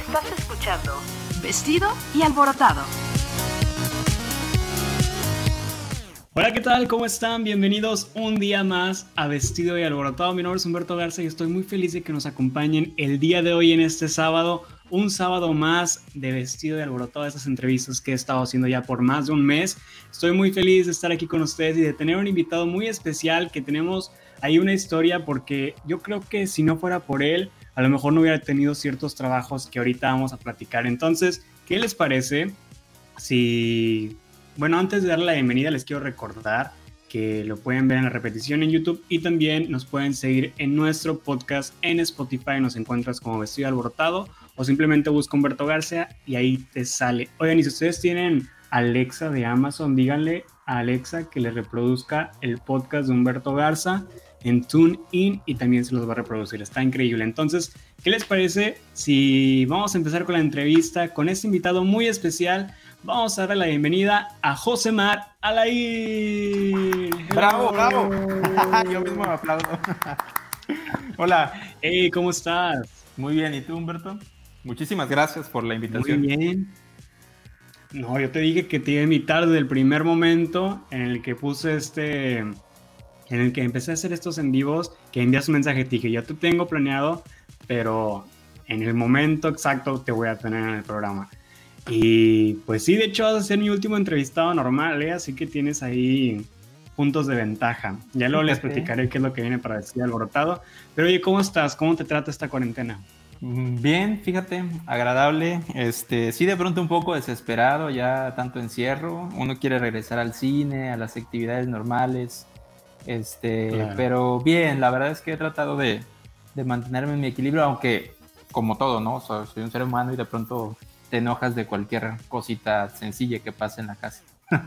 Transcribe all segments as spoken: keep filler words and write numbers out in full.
Estás escuchando Vestido y Alborotado. Hola, ¿qué tal? ¿Cómo están? Bienvenidos un día más a Vestido y Alborotado. Mi nombre es Humberto Garza y estoy muy feliz de que nos acompañen el día de hoy en este sábado. Un sábado más de Vestido y Alborotado, estas entrevistas que he estado haciendo ya por más de un mes. Estoy muy feliz de estar aquí con ustedes y de tener un invitado muy especial que tenemos ahí una historia, porque yo creo que si no fuera por él, a lo mejor no hubiera tenido ciertos trabajos que ahorita vamos a platicar. Entonces, ¿qué les parece si... Bueno, antes de darle la bienvenida, les quiero recordar que lo pueden ver en la repetición en YouTube y también nos pueden seguir en nuestro podcast en Spotify. Nos encuentras como Vestido Alborotado o simplemente busca Humberto Garza y ahí te sale. Oigan, y si ustedes tienen Alexa de Amazon, díganle a Alexa que le reproduzca el podcast de Humberto Garza en TuneIn y también se los va a reproducir. Está increíble. Entonces, ¿qué les parece si vamos a empezar con la entrevista con este invitado muy especial? Vamos a darle la bienvenida a Josemar Alain. ¡Bravo, bravo! Yo mismo me aplaudo. Hola. Hey, ¿cómo estás? Muy bien, ¿y tú, Humberto? Muchísimas gracias por la invitación. Muy bien. No, yo te dije que te iba a invitar desde el primer momento en el que puse este... En el que empecé a hacer estos en vivos, que envías un mensaje, te dije, yo te tengo planeado, pero en el momento exacto te voy a tener en el programa. Y pues sí, de hecho vas a ser mi último entrevistado normal, ¿eh? Así que tienes ahí puntos de ventaja. Ya luego les platicaré qué es lo que viene para Vestido Alborotado. Pero oye, ¿cómo estás? ¿Cómo te trata esta cuarentena? Bien, fíjate, agradable. Este, sí, de pronto un poco desesperado, ya tanto encierro. Uno quiere regresar al cine, a las actividades normales. Este, claro. Pero bien, la verdad es que he tratado de, de mantenerme en mi equilibrio, aunque como todo, ¿no? O sea, soy un ser humano y de pronto te enojas de cualquier cosita sencilla que pase en la casa.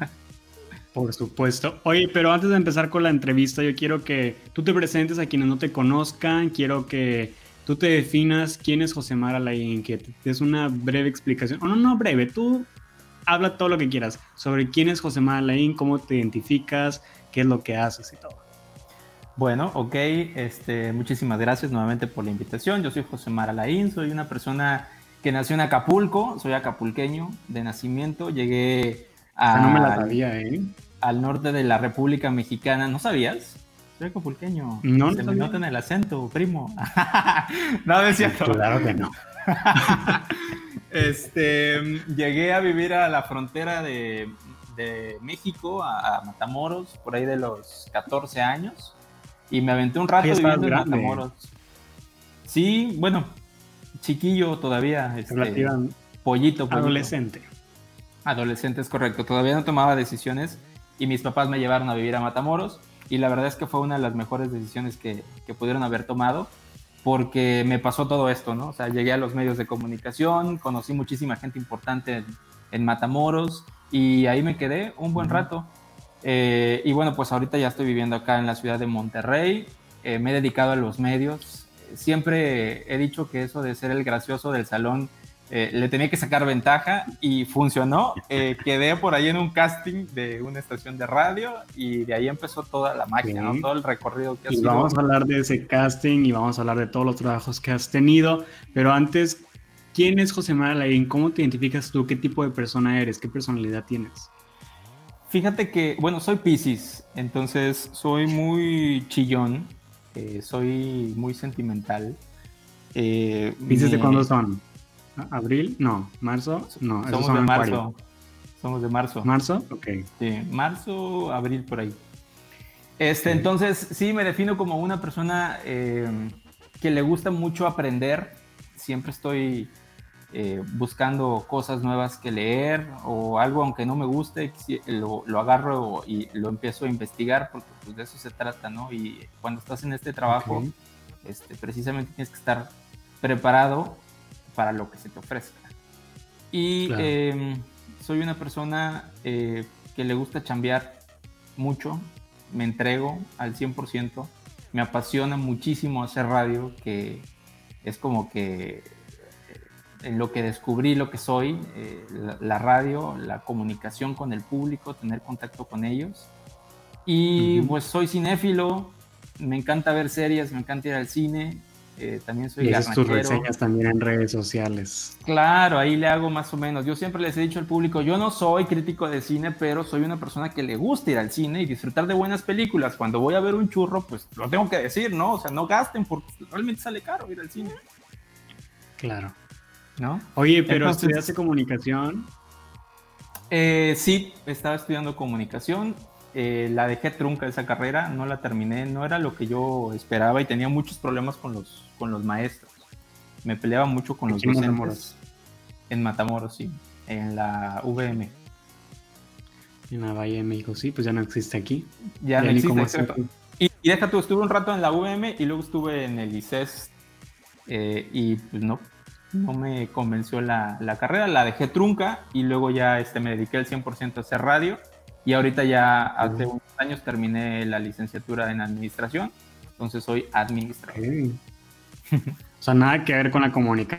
Por supuesto. Oye, pero antes de empezar con la entrevista, yo quiero que tú te presentes a quienes no te conozcan, quiero que tú te definas quién es Josemar Alain, que te des una breve explicación, o no, no breve, tú habla todo lo que quieras sobre quién es Josemar Alain, cómo te identificas, qué es lo que haces y todo. Bueno, ok, este, muchísimas gracias nuevamente por la invitación. Yo soy Josemar Alain, soy una persona que nació en Acapulco, soy acapulqueño de nacimiento, llegué a, no me la sabía, ¿eh? al norte de la República Mexicana. ¿No sabías? Soy acapulqueño. No, Se no me nota en el acento, primo. No, no es cierto. Claro que no. Este, llegué a vivir a la frontera de, de México, a, a Matamoros, por ahí de los catorce años, y me aventé un rato viviendo en Matamoros. Sí, bueno, chiquillo todavía, este, pollito, pollito. Adolescente. Adolescente, es correcto. Todavía no tomaba decisiones y mis papás me llevaron a vivir a Matamoros y la verdad es que fue una de las mejores decisiones que, que pudieron haber tomado, porque me pasó todo esto, ¿no? O sea, llegué a los medios de comunicación, conocí muchísima gente importante en, en Matamoros y ahí me quedé un buen rato. Eh, y bueno, pues ahorita ya estoy viviendo acá en la ciudad de Monterrey, eh, me he dedicado a los medios. Siempre he dicho que eso de ser el gracioso del salón eh, le tenía que sacar ventaja y funcionó. Eh, quedé por ahí en un casting de una estación de radio y de ahí empezó toda la magia, sí. ¿no? Todo el recorrido que ha y sido. Vamos a hablar de ese casting y vamos a hablar de todos los trabajos que has tenido, pero antes, ¿quién es Josemar Alain? ¿Cómo te identificas tú? ¿Qué tipo de persona eres? ¿Qué personalidad tienes? Fíjate que, bueno, soy Piscis, entonces soy muy chillón. Eh, soy muy sentimental. Eh, ¿Piscis me... de cuándo son? ¿Abril? No. ¿Marzo? No. Somos son de marzo. Acuario. Somos de marzo. ¿Marzo? Ok. Sí, marzo, abril, por ahí. Este, okay. Entonces, sí, me defino como una persona eh, que le gusta mucho aprender. Siempre estoy eh, buscando cosas nuevas que leer o algo, aunque no me guste, lo, lo agarro y lo empiezo a investigar, porque pues, de eso se trata, ¿no? Y cuando estás en este trabajo, okay. este, precisamente tienes que estar preparado para lo que se te ofrezca. Y claro. eh, soy una persona eh, que le gusta chambear mucho, me entrego al cien por ciento, me apasiona muchísimo hacer radio, que es como que en lo que descubrí lo que soy, eh, la, la radio, la comunicación con el público, tener contacto con ellos. Y uh-huh. pues soy cinéfilo, me encanta ver series, me encanta ir al cine, eh, también soy y haces tus garnachero. reseñas también en redes sociales. Claro, ahí le hago más o menos. Yo siempre les he dicho al público, yo no soy crítico de cine, pero soy una persona que le gusta ir al cine y disfrutar de buenas películas. Cuando voy a ver un churro, pues lo tengo que decir, ¿no? O sea, no gasten porque realmente sale caro ir al cine. Claro. ¿No? Oye, pero Entonces, estudiaste comunicación. Eh, sí, estaba estudiando comunicación. Eh, la dejé trunca esa carrera, no la terminé, no era lo que yo esperaba y tenía muchos problemas con los, con los maestros. Me peleaba mucho con los Aquí en docentes. Matamoros. En Matamoros, sí, en la V M. En la Valle de México, sí, pues ya no existe aquí. Ya, ya no ni existe, cómo exacto. hacerlo. Y, y deja tú, estuve un rato en la V M y luego estuve en el I C E S eh, y pues no, no me convenció la, la carrera, la dejé trunca y luego ya este, me dediqué al cien por ciento a hacer radio y ahorita ya hace unos años terminé la licenciatura en administración, entonces soy administrador. Okay. O sea, nada que ver con la comunicación,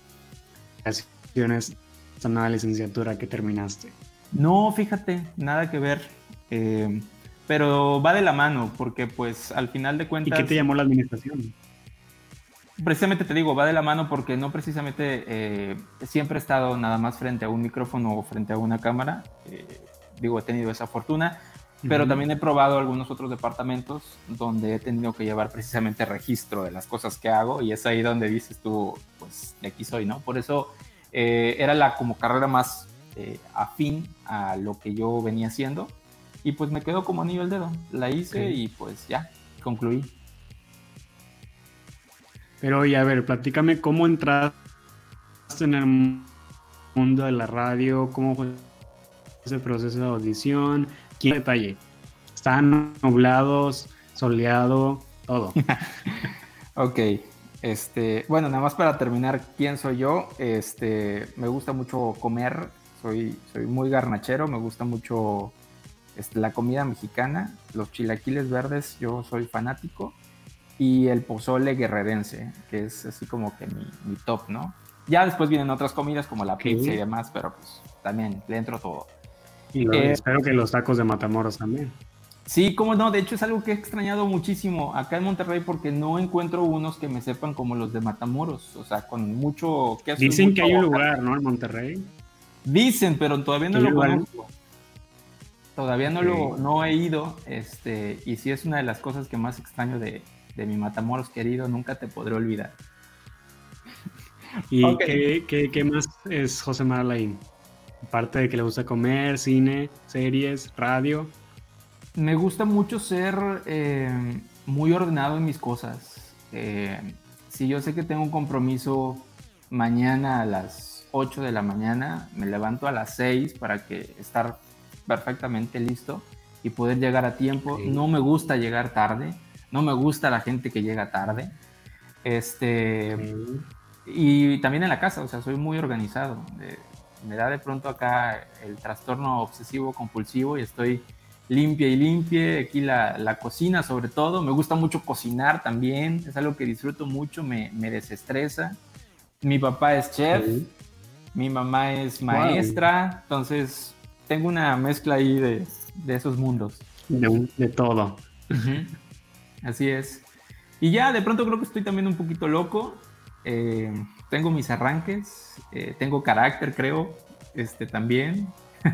esta nueva licenciatura que terminaste. No, fíjate, nada que ver, eh, pero va de la mano porque pues al final de cuentas... ¿Y qué te llamó la administración? Precisamente te digo, va de la mano porque no precisamente eh, siempre he estado nada más frente a un micrófono o frente a una cámara. Eh, digo, he tenido esa fortuna, uh-huh. Pero también he probado algunos otros departamentos donde he tenido que llevar precisamente registro de las cosas que hago y es ahí donde dices tú, pues de aquí soy, ¿no? Por eso eh, era la como carrera más eh, afín a lo que yo venía haciendo y pues me quedó como anillo al dedo. La hice okay. Y pues ya, concluí. Pero oye, a ver, platícame cómo entraste en el mundo de la radio, cómo fue ese proceso de audición, quién detalle. ¿Están nublados, soleado, todo? Ok, este, bueno, nada más para terminar, ¿quién soy yo? Este, me gusta mucho comer, soy, soy muy garnachero, me gusta mucho este, la comida mexicana, los chilaquiles verdes, yo soy fanático. Y el pozole guerrerense, que es así como que mi, mi top, ¿no? Ya después vienen otras comidas como la pizza y demás, pero pues también le entro todo. Y lo, eh, espero que los tacos de Matamoros también. Sí, cómo no, de hecho es algo que he extrañado muchísimo acá en Monterrey porque no encuentro unos que me sepan como los de Matamoros, o sea, con mucho queso. Dicen mucho que hay un aguacate. lugar, ¿no? En Monterrey. Dicen, pero todavía no lo lugar? conozco. Todavía no, okay. lo, no he ido, este, y sí es una de las cosas que más extraño de... de mi Matamoros querido, nunca te podré olvidar. ¿Y okay. ¿qué, qué, qué más es José Marlaín? Aparte de que le gusta comer, cine, series, radio. Me gusta mucho ser eh, muy ordenado en mis cosas. Eh, si yo sé que tengo un compromiso mañana a las ocho de la mañana, me levanto a las seis para que estar perfectamente listo y poder llegar a tiempo. Okay. No me gusta llegar tarde. No me gusta la gente que llega tarde. Este, sí. Y también en la casa, o sea, soy muy organizado. Eh, me da de pronto acá el trastorno obsesivo compulsivo y estoy limpia y limpia. Aquí la, la cocina sobre todo. Me gusta mucho cocinar también. Es algo que disfruto mucho, me, me desestresa. Mi papá es chef, sí. Mi mamá es maestra. Wow. Entonces tengo una mezcla ahí de, de esos mundos. De, de todo. Uh-huh. Así es. Y ya de pronto creo que estoy también un poquito loco. Eh, tengo mis arranques, eh, tengo carácter, creo, este también.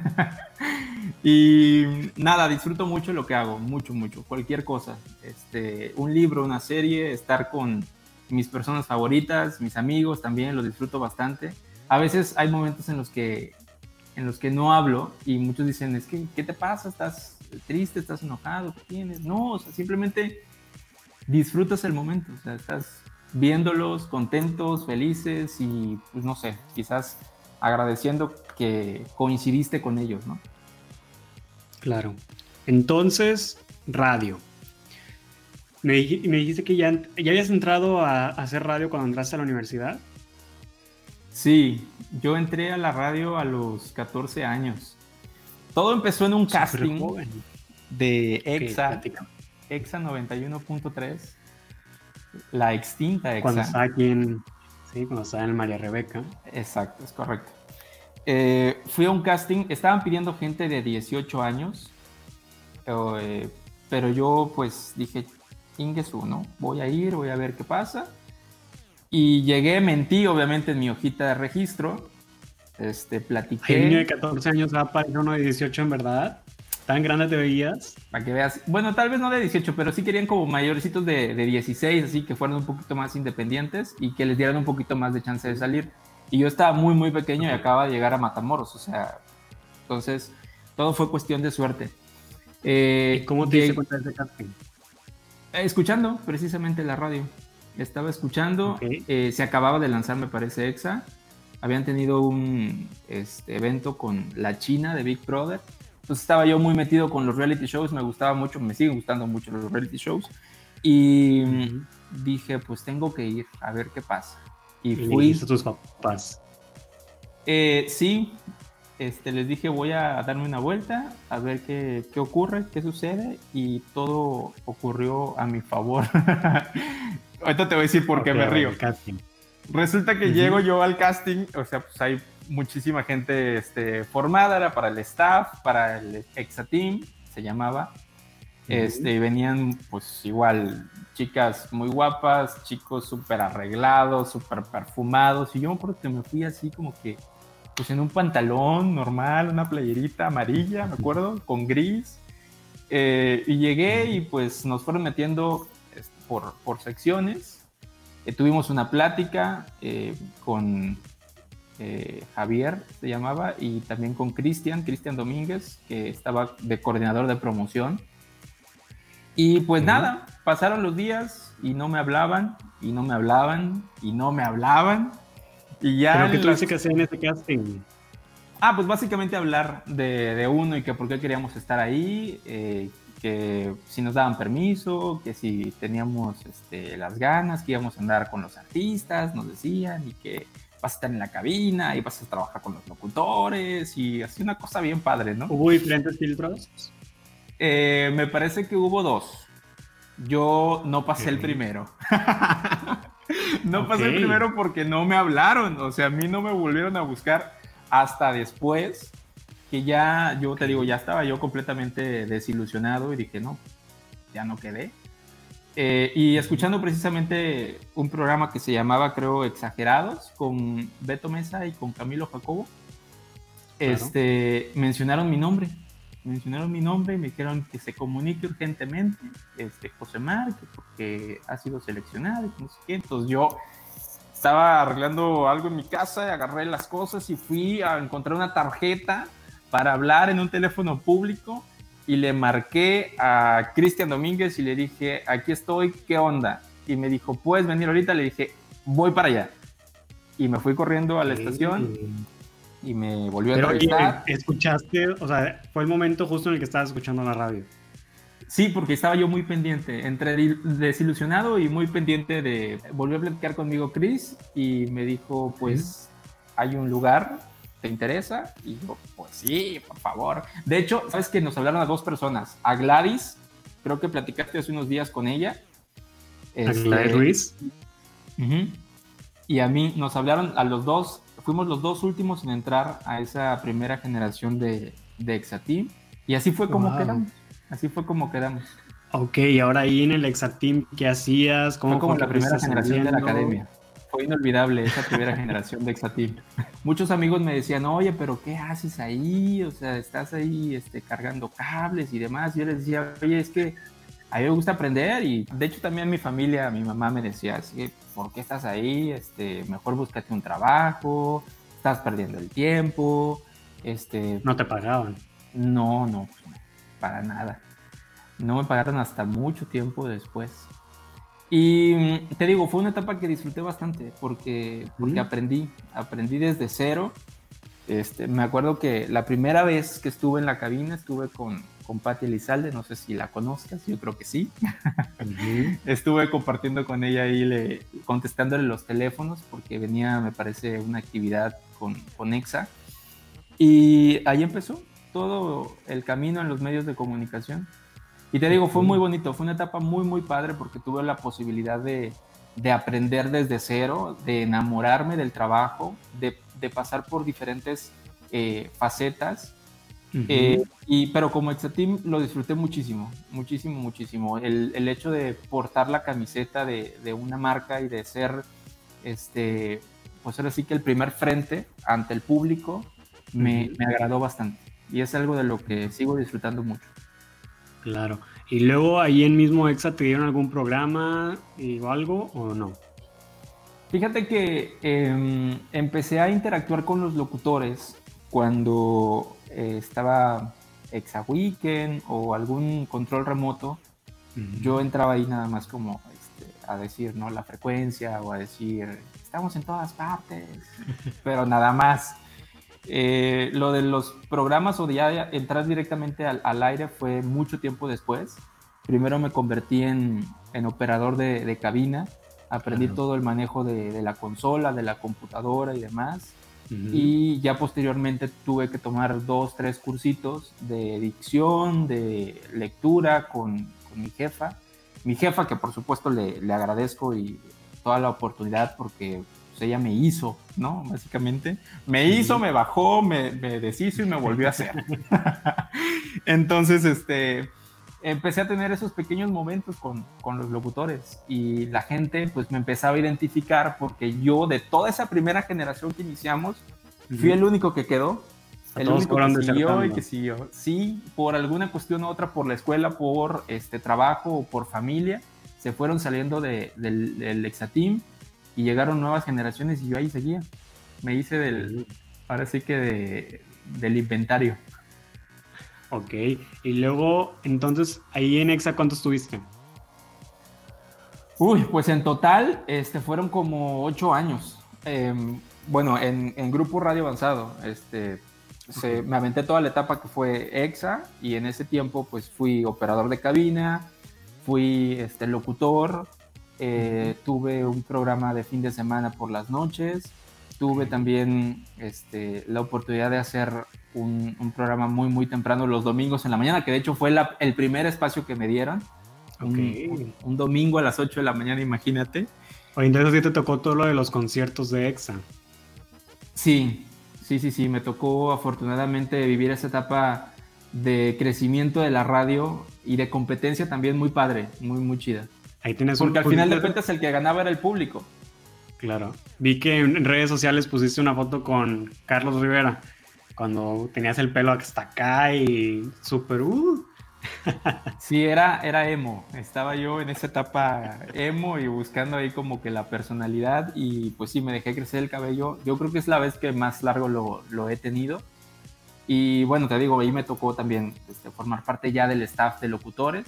Y nada, disfruto mucho lo que hago, mucho, mucho, cualquier cosa. Este, un libro, una serie, estar con mis personas favoritas, mis amigos también, lo disfruto bastante. A veces hay momentos en los que, en los que no hablo y muchos dicen, es que, ¿qué te pasa? ¿Estás triste? ¿Estás enojado? ¿Qué tienes? No, o sea, simplemente disfrutas el momento, o sea, estás viéndolos contentos, felices y, pues no sé, quizás agradeciendo que coincidiste con ellos, ¿no? Claro. Entonces, radio. Me, me dijiste que ya, ya habías entrado a, a hacer radio cuando entraste a la universidad. Sí, yo entré a la radio a los catorce años. Todo empezó en un Súper casting joven. de EXA. Okay, EXA noventa y uno punto tres, la extinta EXA. Cuando estaba aquí en, sí, cuando estaba en María Rebeca. Exacto, es correcto. Eh, fui a un casting, estaban pidiendo gente de dieciocho años, eh, pero yo pues dije, Ingesu, ¿no? Voy a ir, voy a ver qué pasa. Y llegué, mentí obviamente en mi hojita de registro, este, platiqué. ¿El niño de catorce años va a parecer uno de dieciocho en verdad? ¿Tan grande te veías? Para que veas, bueno, tal vez no de dieciocho, pero sí querían como mayorcitos de, de dieciséis, así que fueran un poquito más independientes y que les dieran un poquito más de chance de salir. Y yo estaba muy, muy pequeño y acababa de llegar a Matamoros, o sea, entonces todo fue cuestión de suerte. Eh, ¿Y cómo te diste cuenta de ese casting? Escuchando precisamente la radio. Estaba escuchando, Okay. eh, se acababa de lanzar, me parece, EXA. Habían tenido un este, evento con la China de Big Brother. Entonces estaba yo muy metido con los reality shows, me gustaba mucho, me siguen gustando mucho los reality shows. Y uh-huh. dije, pues tengo que ir a ver qué pasa. Y, ¿Y fui. le dijiste a tus papás? Eh, sí, este, les dije, voy a darme una vuelta, a ver qué, qué ocurre, qué sucede. Y todo ocurrió a mi favor. Ahorita te voy a decir por qué okay, me río. Resulta que uh-huh. llego yo al casting, o sea, pues hay muchísima gente este, formada, era para el staff, para el EXA Team, se llamaba. Uh-huh. Este, venían pues igual chicas muy guapas, chicos súper arreglados, súper perfumados. Y yo me acuerdo que me fui así como que, pues en un pantalón normal, una playerita amarilla, me acuerdo, con gris. Eh, y llegué y pues nos fueron metiendo este, por, por secciones. Eh, tuvimos una plática eh, con eh, Javier, se llamaba, y también con Cristian, Cristian Domínguez, que estaba de coordinador de promoción. Y pues uh-huh. nada, pasaron los días y no me hablaban, y no me hablaban, y no me hablaban. Y ya ¿Pero qué tuviste las... que hacer en ese casting? Ah, pues básicamente hablar de, de uno y que por qué queríamos estar ahí, eh, que si nos daban permiso, que si teníamos este, las ganas, que íbamos a andar con los artistas, nos decían, y que vas a estar en la cabina y vas a trabajar con los locutores, y así una cosa bien padre, ¿no? ¿Hubo diferentes filtros? Eh, me parece que hubo dos. Yo no pasé okay. el primero. no okay. pasé el primero porque no me hablaron, o sea, a mí no me volvieron a buscar hasta después, que ya, yo te digo, ya estaba yo completamente desilusionado y dije, no, ya no quedé. Eh, y escuchando precisamente un programa que se llamaba, creo, Exagerados, con Beto Mesa y con Camilo Jacobo, claro. este, mencionaron mi nombre, mencionaron mi nombre y me dijeron que se comunique urgentemente, este, Josemar, que porque ha sido seleccionado y no sé qué. Entonces yo estaba arreglando algo en mi casa, agarré las cosas y fui a encontrar una tarjeta para hablar en un teléfono público y le marqué a Cristian Domínguez y le dije, aquí estoy, ¿qué onda? Y me dijo, ¿puedes venir ahorita? Le dije, voy para allá. Y me fui corriendo a la sí. estación y me volvió Pero, a entrevistar. ¿y escuchaste? O sea, fue el momento justo en el que estabas escuchando la radio. Sí, porque estaba yo muy pendiente, entre desilusionado y muy pendiente de... Volvió a platicar conmigo Chris y me dijo, pues, ¿Mm? hay un lugar... ¿te interesa? Y yo, pues sí, por favor. De hecho, ¿sabes que nos hablaron a dos personas? A Gladys, creo que platicaste hace unos días con ella. ¿A este, Gladys Ruiz? Uh-huh. Y a mí nos hablaron a los dos, fuimos los dos últimos en entrar a esa primera generación de, de EXA Team. Y así fue como wow. quedamos. Así fue como quedamos. Ok, y ahora ahí en el EXA Team, ¿qué hacías? ¿Cómo fue como la primera generación de la academia. Fue inolvidable esa primera generación de EXA Team. Muchos amigos me decían, oye, pero ¿qué haces ahí? O sea, estás ahí este, cargando cables y demás. Y yo les decía, oye, es que a mí me gusta aprender. Y de hecho también mi familia, mi mamá me decía, así, ¿por qué estás ahí? Este, mejor búscate un trabajo, estás perdiendo el tiempo. Este, ¿No te pagaban? No, no, para nada. No me pagaron hasta mucho tiempo después. Y te digo, fue una etapa que disfruté bastante porque, porque ¿Mm? aprendí, aprendí desde cero. Este, me acuerdo que la primera vez que estuve en la cabina estuve con, con Pati Elizalde, no sé si la conozcas, yo creo que sí. Uh-huh. Estuve compartiendo con ella ahí, le, contestándole los teléfonos porque venía, me parece, una actividad con, con EXA. Y ahí empezó todo el camino en los medios de comunicación. Y te digo, fue muy bonito, fue una etapa muy, muy padre porque tuve la posibilidad de, de aprender desde cero, de enamorarme del trabajo, de, de pasar por diferentes eh, facetas. Uh-huh. eh, y, pero como EXA Team lo disfruté muchísimo, muchísimo, muchísimo. El, el hecho de portar la camiseta de, de una marca y de ser este, pues ahora sí que el primer frente ante el público me, uh-huh. me agradó bastante. Y es algo de lo que sigo disfrutando mucho. Claro. ¿Y luego ahí en mismo EXA te dieron algún programa o algo o no? Fíjate que eh, empecé a interactuar con los locutores cuando eh, estaba EXA Weekend o algún control remoto. Uh-huh. Yo entraba ahí nada más como este, a decir, ¿no?, la frecuencia o a decir, estamos en todas partes, pero nada más. Eh, lo de los programas o de ya entrar directamente al, al aire fue mucho tiempo después. Primero me convertí en, en operador de, de cabina, aprendí uh-huh. todo el manejo de, de la consola, de la computadora y demás. Uh-huh. Y ya posteriormente tuve que tomar dos, tres cursitos de dicción, de lectura con, con mi jefa. Mi jefa, que por supuesto le, le agradezco y toda la oportunidad porque pues, ella me hizo, ¿no? Básicamente. Me hizo, me bajó, me, me deshizo y me volvió a hacer. Entonces, este... empecé a tener esos pequeños momentos con, con los locutores y la gente pues me empezaba a identificar porque yo de toda esa primera generación que iniciamos fui uh-huh. el único que quedó, el único que siguió y que siguió. Sí, por alguna cuestión u otra, por la escuela, por este trabajo o por familia, se fueron saliendo de, del, del EXA-Team y llegaron nuevas generaciones y yo ahí seguía. Me hice del, ahora sí que de, del inventario. Ok, y luego, entonces, ahí en EXA, ¿cuánto estuviste? Uy, pues en total este, fueron como ocho años. Eh, bueno, en, en Grupo Radio Avanzado, este, okay. se, me aventé toda la etapa que fue EXA y en ese tiempo pues fui operador de cabina, fui este, locutor, eh, uh-huh. tuve un programa de fin de semana por las noches, tuve también este, la oportunidad de hacer un, un programa muy, muy temprano los domingos en la mañana, que de hecho fue la, el primer espacio que me dieron. Okay. Un, un, un domingo a las ocho de la mañana, imagínate. Oye, entonces sí te tocó todo lo de los conciertos de EXA. Sí, sí, sí, sí. Me tocó afortunadamente vivir esa etapa de crecimiento de la radio y de competencia también muy padre, muy, muy chida. Ahí tienes Porque un al final de cuentas el que ganaba era el público. Claro. Vi que en redes sociales pusiste una foto con Carlos Rivera cuando tenías el pelo hasta acá y súper... Uh. Sí, era, era emo. Estaba yo en esa etapa emo y buscando ahí como que la personalidad y pues sí, me dejé crecer el cabello. Yo creo que es la vez que más largo lo, lo he tenido. Y bueno, te digo, ahí me tocó también este, formar parte ya del staff de locutores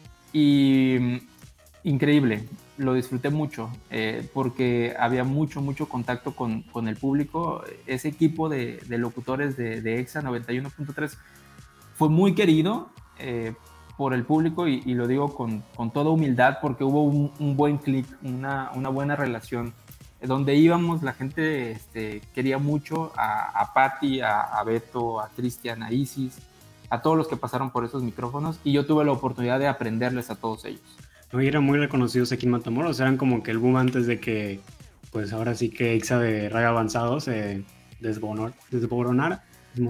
y increíble. Lo disfruté mucho eh, porque había mucho, mucho contacto con, con el público. Ese equipo de, de locutores de, de EXA noventa y uno punto tres fue muy querido eh, por el público y, y lo digo con, con toda humildad porque hubo un, un buen clic, una, una buena relación. Donde íbamos, la gente este, quería mucho a, a Patti, a, a Beto, a Cristian, a Isis, a todos los que pasaron por esos micrófonos y yo tuve la oportunidad de aprenderles a todos ellos. Y eran muy reconocidos aquí en Matamoros, eran como que el boom antes de que, pues ahora sí que EXA de Radio Avanzado se desboronara. desboronara.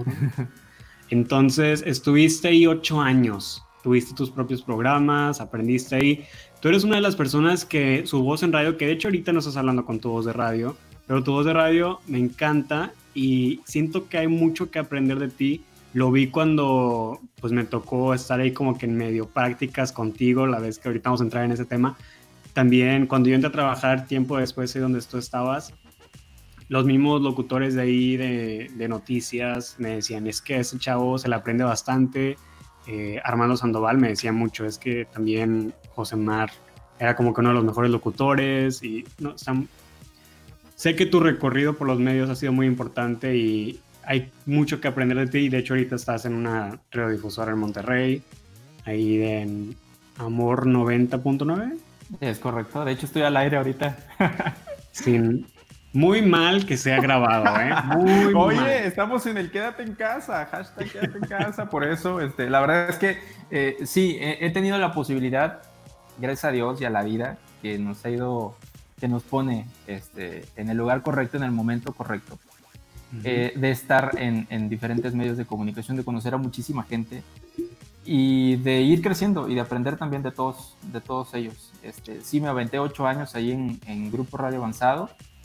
Entonces, estuviste ahí ocho años, tuviste tus propios programas, aprendiste ahí. Tú eres una de las personas que su voz en radio, que de hecho ahorita no estás hablando con tu voz de radio, pero tu voz de radio me encanta y siento que hay mucho que aprender de ti. Lo vi cuando pues me tocó estar ahí como que en medio prácticas contigo, la vez que ahorita vamos a entrar en ese tema. También cuando yo entré a trabajar tiempo después de donde tú estabas, los mismos locutores de ahí de, de noticias me decían, es que ese chavo se le aprende bastante. Eh, Armando Sandoval me decía mucho, es que también José Mar era como que uno de los mejores locutores. Y no, están... sé que tu recorrido por los medios ha sido muy importante y hay mucho que aprender de ti. Y de hecho ahorita estás en una radiodifusora en Monterrey, ahí en Amor noventa punto nueve. Es correcto, de hecho estoy al aire ahorita. Sin... Muy mal que sea grabado, ¿eh? Muy Oye, mal. Estamos en el quédate en casa, hashtag quédate en casa, por eso, este, la verdad es que eh, sí, he, he tenido la posibilidad, gracias a Dios y a la vida, que nos ha ido, que nos pone este, en el lugar correcto, en el momento correcto, uh-huh. eh, de estar en, en diferentes medios de comunicación, de conocer a muchísima gente y de ir creciendo y de aprender también de todos, de todos ellos. Este, sí, me aventé ocho años ahí en, en Grupo Radio Avanzado.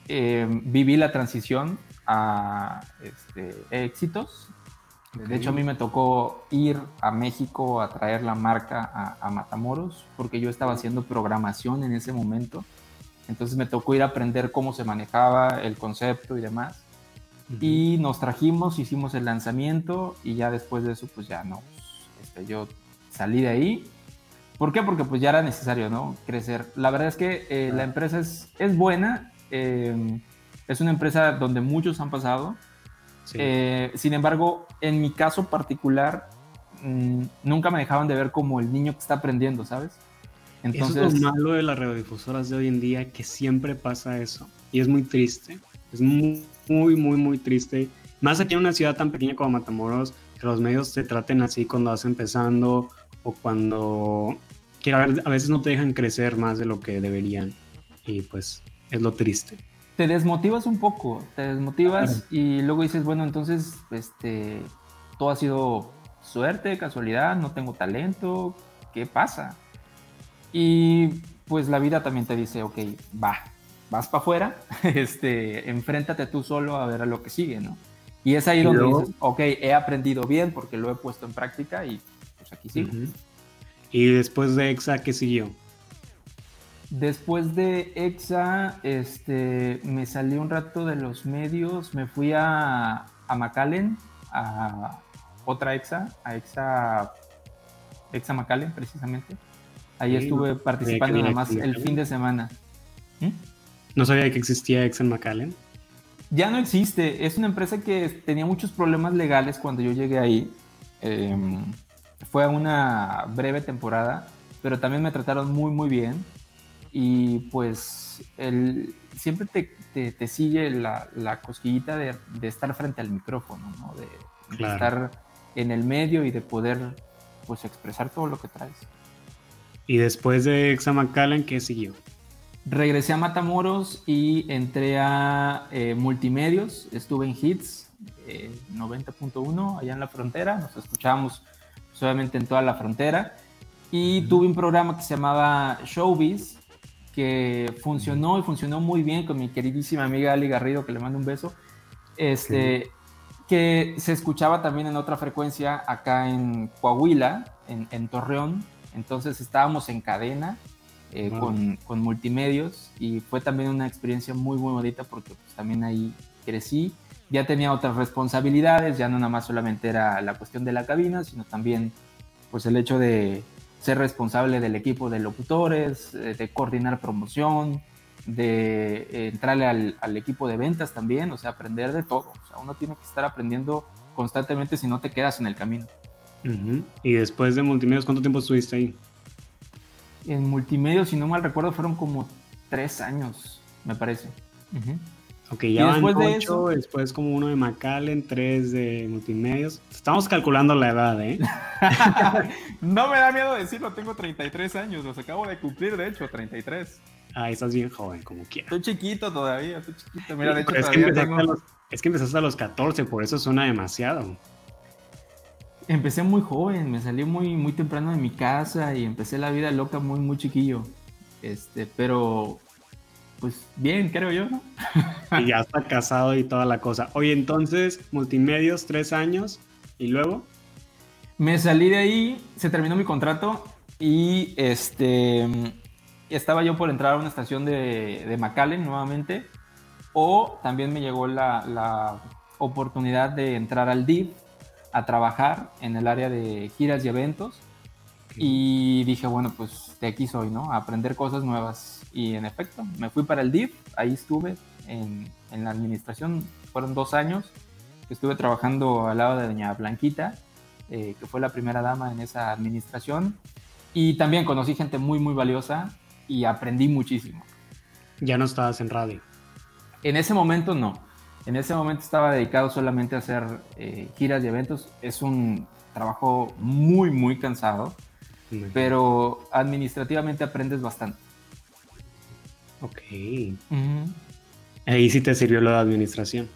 eh, viví la transición a este, éxitos. Okay. De hecho, a mí me tocó ir a México a traer la marca a, a Matamoros, porque yo estaba haciendo programación en ese momento. Entonces me tocó ir a aprender cómo se manejaba el concepto y demás. Uh-huh. Y nos trajimos, hicimos el lanzamiento y ya después de eso, pues ya no, este, yo salí de ahí. ¿Por qué? Porque pues ya era necesario, ¿no? Crecer. La verdad es que eh, la empresa es, es buena, eh, es una empresa donde muchos han pasado. Sí. Eh, sin embargo, en mi caso particular, mmm, nunca me dejaban de ver como el niño que está aprendiendo, ¿sabes? Entonces, eso es lo malo de las radiodifusoras de hoy en día, que siempre pasa eso. Y es muy triste. Es muy, muy, muy, muy triste. Más aquí en una ciudad tan pequeña como Matamoros, que los medios te traten así cuando vas empezando o cuando... que a veces no te dejan crecer más de lo que deberían. Y pues es lo triste. Te desmotivas un poco. Te desmotivas claro. Y luego dices, bueno, entonces este, todo ha sido suerte, casualidad, no tengo talento. ¿Qué pasa? Y pues la vida también te dice, ok, va, vas para afuera, este, enfréntate tú solo a ver a lo que sigue, ¿no? Y es ahí donde luego, dices, ok, he aprendido bien porque lo he puesto en práctica y pues aquí sigo. Uh-huh. ¿Y después de EXA qué siguió? Después de EXA, este, me salí un rato de los medios, me fui a, a McAllen, a otra EXA, a EXA, EXA McAllen precisamente. Ahí sí, estuve no participando nada más el fin de semana. ¿Mm? No sabía que existía EXA en McAllen. Ya no existe. Es una empresa que tenía muchos problemas legales cuando yo llegué ahí. Eh, fue una breve temporada, pero también me trataron muy, muy bien. Y pues el, siempre te, te, te sigue la, la cosquillita de, de estar frente al micrófono, ¿no? De, claro. de estar en el medio y de poder pues, expresar todo lo que traes. ¿Y después de EXA McAllen qué siguió? Regresé a Matamoros y entré a eh, Multimedios. Estuve en Hits eh, noventa punto uno allá en la frontera. Nos escuchábamos pues, obviamente en toda la frontera. Y uh-huh. tuve un programa que se llamaba Showbiz, que funcionó y funcionó muy bien con mi queridísima amiga Ali Garrido, que le mando un beso. Este, uh-huh. Que se escuchaba también en otra frecuencia acá en Coahuila, en, en Torreón. Entonces estábamos en cadena eh, wow. con, con Multimedios y fue también una experiencia muy, muy bonita porque pues, también ahí crecí. Ya tenía otras responsabilidades, ya no nada más solamente era la cuestión de la cabina, sino también pues, el hecho de ser responsable del equipo de locutores, eh, de coordinar promoción, de eh, entrarle al, al equipo de ventas también, o sea, aprender de todo. O sea, uno tiene que estar aprendiendo constantemente si no te quedas en el camino. Uh-huh. Y después de Multimedios, ¿cuánto tiempo estuviste ahí? En Multimedios, si no mal recuerdo, fueron como tres años, me parece. Uh-huh. Ok, ya van ocho, de eso, después como uno de McAllen, tres de Multimedios. Estamos calculando la edad, ¿eh? No me da miedo decirlo, tengo treinta y tres años, los acabo de cumplir, de hecho, treinta y tres. Ah, estás bien joven, como quieras. Estoy chiquito todavía, estoy chiquito. Mira, de hecho, es, todavía que tengo... a los, es que empezaste a los catorce, por eso suena demasiado. Empecé muy joven, me salí muy, muy temprano de mi casa y empecé la vida loca muy, muy chiquillo. Este, pero, pues bien, creo yo, ¿no? Y ya está casado y toda la cosa. Oye, entonces, Multimedios, tres años, ¿y luego? Me salí de ahí, se terminó mi contrato y este, estaba yo por entrar a una estación de, de McAllen nuevamente. O también me llegó la, la oportunidad de entrar al D I F a trabajar en el área de giras y eventos. Okay. Y dije, bueno, pues de aquí soy, ¿no? A aprender cosas nuevas. Y en efecto, me fui para el D I F, ahí estuve en, en la administración, fueron dos años. Estuve trabajando al lado de doña Blanquita, eh, que fue la primera dama en esa administración. Y también conocí gente muy, muy valiosa y aprendí muchísimo. ¿Ya no estabas en radio? En ese momento no. En ese momento estaba dedicado solamente a hacer eh, giras y eventos. Es un trabajo muy, muy cansado, uh-huh. pero administrativamente aprendes bastante. Ok. Uh-huh. Ahí sí te sirvió lo de administración.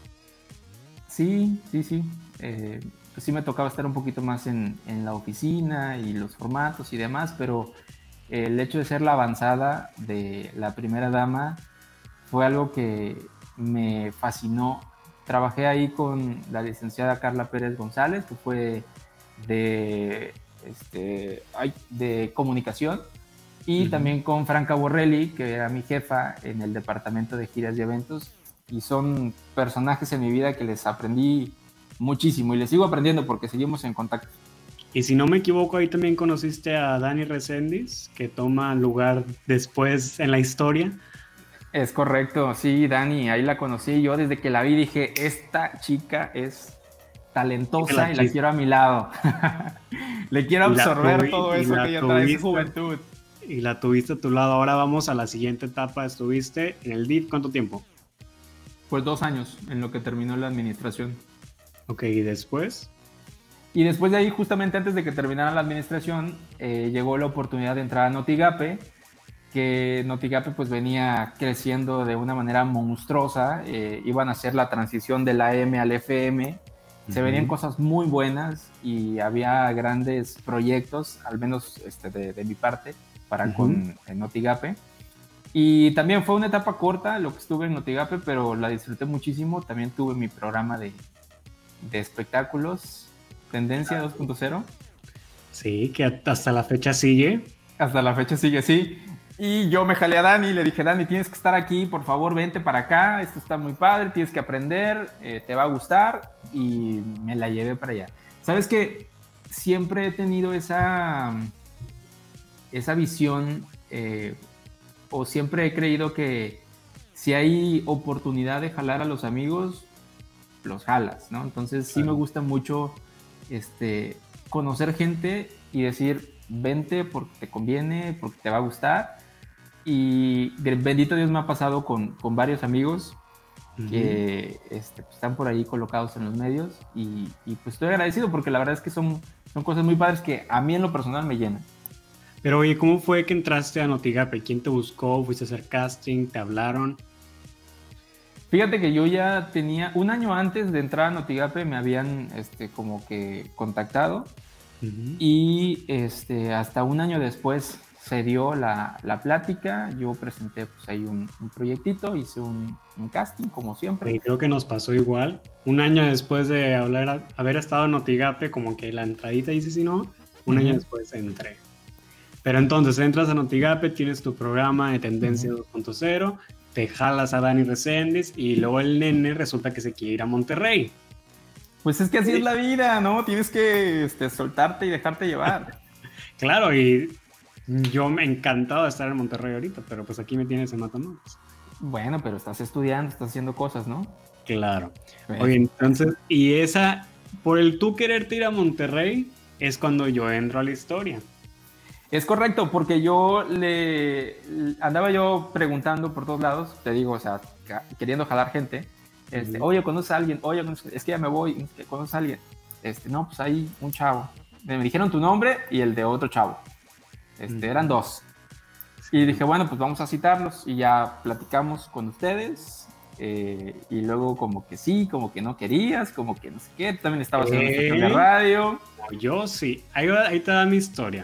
Sí, sí, sí. Eh, pues sí me tocaba estar un poquito más en, en la oficina y los formatos y demás, pero el hecho de ser la avanzada de la primera dama fue algo que me fascinó. Trabajé ahí con la licenciada Carla Pérez González, que fue de, este, ay, de comunicación, y uh-huh. también con Franca Borrelli, que era mi jefa en el departamento de giras y eventos, y son personajes en mi vida que les aprendí muchísimo y les sigo aprendiendo porque seguimos en contacto. Y si no me equivoco, ahí también conociste a Dani Reséndiz, que toma lugar después en la historia. Es correcto, sí, Dani, ahí la conocí. Yo desde que la vi dije, esta chica es talentosa y la, y la quiero a mi lado. Le quiero absorber todo eso que ella trae, su juventud. Y la tuviste a tu lado. Ahora vamos a la siguiente etapa. Estuviste en el D I F, ¿cuánto tiempo? Pues dos años, en lo que terminó la administración. Ok, ¿y después? Y después de ahí, justamente antes de que terminara la administración, eh, llegó la oportunidad de entrar a Notigape, que Notigape pues venía creciendo de una manera monstruosa, eh, iban a hacer la transición del A M al F M, uh-huh. se venían cosas muy buenas y había grandes proyectos, al menos este, de, de mi parte, para uh-huh. con Notigape. Y también fue una etapa corta lo que estuve en Notigape, pero la disfruté muchísimo. También tuve mi programa de, de espectáculos, Tendencia dos punto cero. Sí, que hasta la fecha sigue. Hasta la fecha sigue, sí. Y yo me jalé a Dani y le dije, Dani, tienes que estar aquí, por favor, vente para acá, esto está muy padre, tienes que aprender, eh, te va a gustar, y me la llevé para allá. ¿Sabes qué? Siempre he tenido esa, esa visión, eh, o siempre he creído que si hay oportunidad de jalar a los amigos, los jalas, ¿no? Entonces sí me gusta mucho este, conocer gente y decir, vente porque te conviene, porque te va a gustar. Y bendito Dios me ha pasado con, con varios amigos uh-huh. que este, pues, están por ahí colocados en los medios y, y pues estoy agradecido porque la verdad es que son, son cosas muy padres que a mí en lo personal me llenan. Pero oye, ¿cómo fue que entraste a Notigape? ¿Quién te buscó? ¿Fuiste a hacer casting? ¿Te hablaron? Fíjate que yo ya tenía, un año antes de entrar a Notigape me habían este, como que contactado uh-huh. y este, hasta un año después se dio la, la plática, yo presenté pues ahí un, un proyectito, hice un, un casting como siempre. Y creo que nos pasó igual, un año después de hablar, haber estado en Notigape, como que la entradita dice si no, un uh-huh. año después entré. Pero entonces entras a Notigape, tienes tu programa de Tendencia uh-huh. dos punto cero, te jalas a Dani Reséndiz y luego el nene resulta que se quiere ir a Monterrey. Pues es que así sí. es la vida, ¿no? Tienes que este, soltarte y dejarte llevar. Claro, y yo me he encantado de estar en Monterrey ahorita, pero pues aquí me tienes en Matamoros. Bueno, pero estás estudiando, estás haciendo cosas, ¿no? Claro. Bueno. Oye, entonces, y esa, por el tú quererte ir a Monterrey, es cuando yo entro a la historia. Es correcto, porque yo le andaba yo preguntando por todos lados, te digo, o sea, queriendo jalar gente. Este, uh-huh. Oye, ¿conoces a alguien? Oye, es que ya me voy, ¿conoces a alguien? Este, no, pues hay un chavo. Me dijeron tu nombre y el de otro chavo. Este, uh-huh. Eran dos. Y dije, bueno, pues vamos a citarlos y ya platicamos con ustedes. Eh, y luego como que sí, como que no querías, como que no sé qué. También estabas eh, en una estación de radio. Yo sí. Ahí, ahí te da mi historia.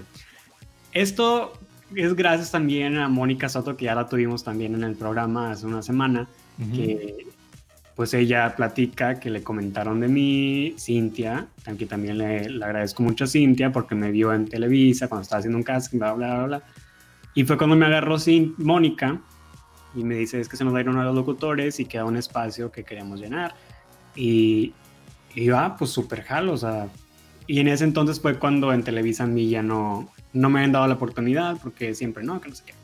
Esto es gracias también a Mónica Soto, que ya la tuvimos también en el programa hace una semana, uh-huh. que pues ella platica que le comentaron de mí, Cintia, aunque también le, le agradezco mucho a Cintia porque me vio en Televisa cuando estaba haciendo un casting, bla, bla, bla, bla. Y fue cuando me agarró Cin- Mónica y me dice, es que se nos va a ir uno de los locutores y queda un espacio que queremos llenar. Y, y yo, ah, pues súper jalo, o sea... Y en ese entonces fue cuando en Televisa a mí ya no, no me habían dado la oportunidad, porque siempre no, que no sé qué.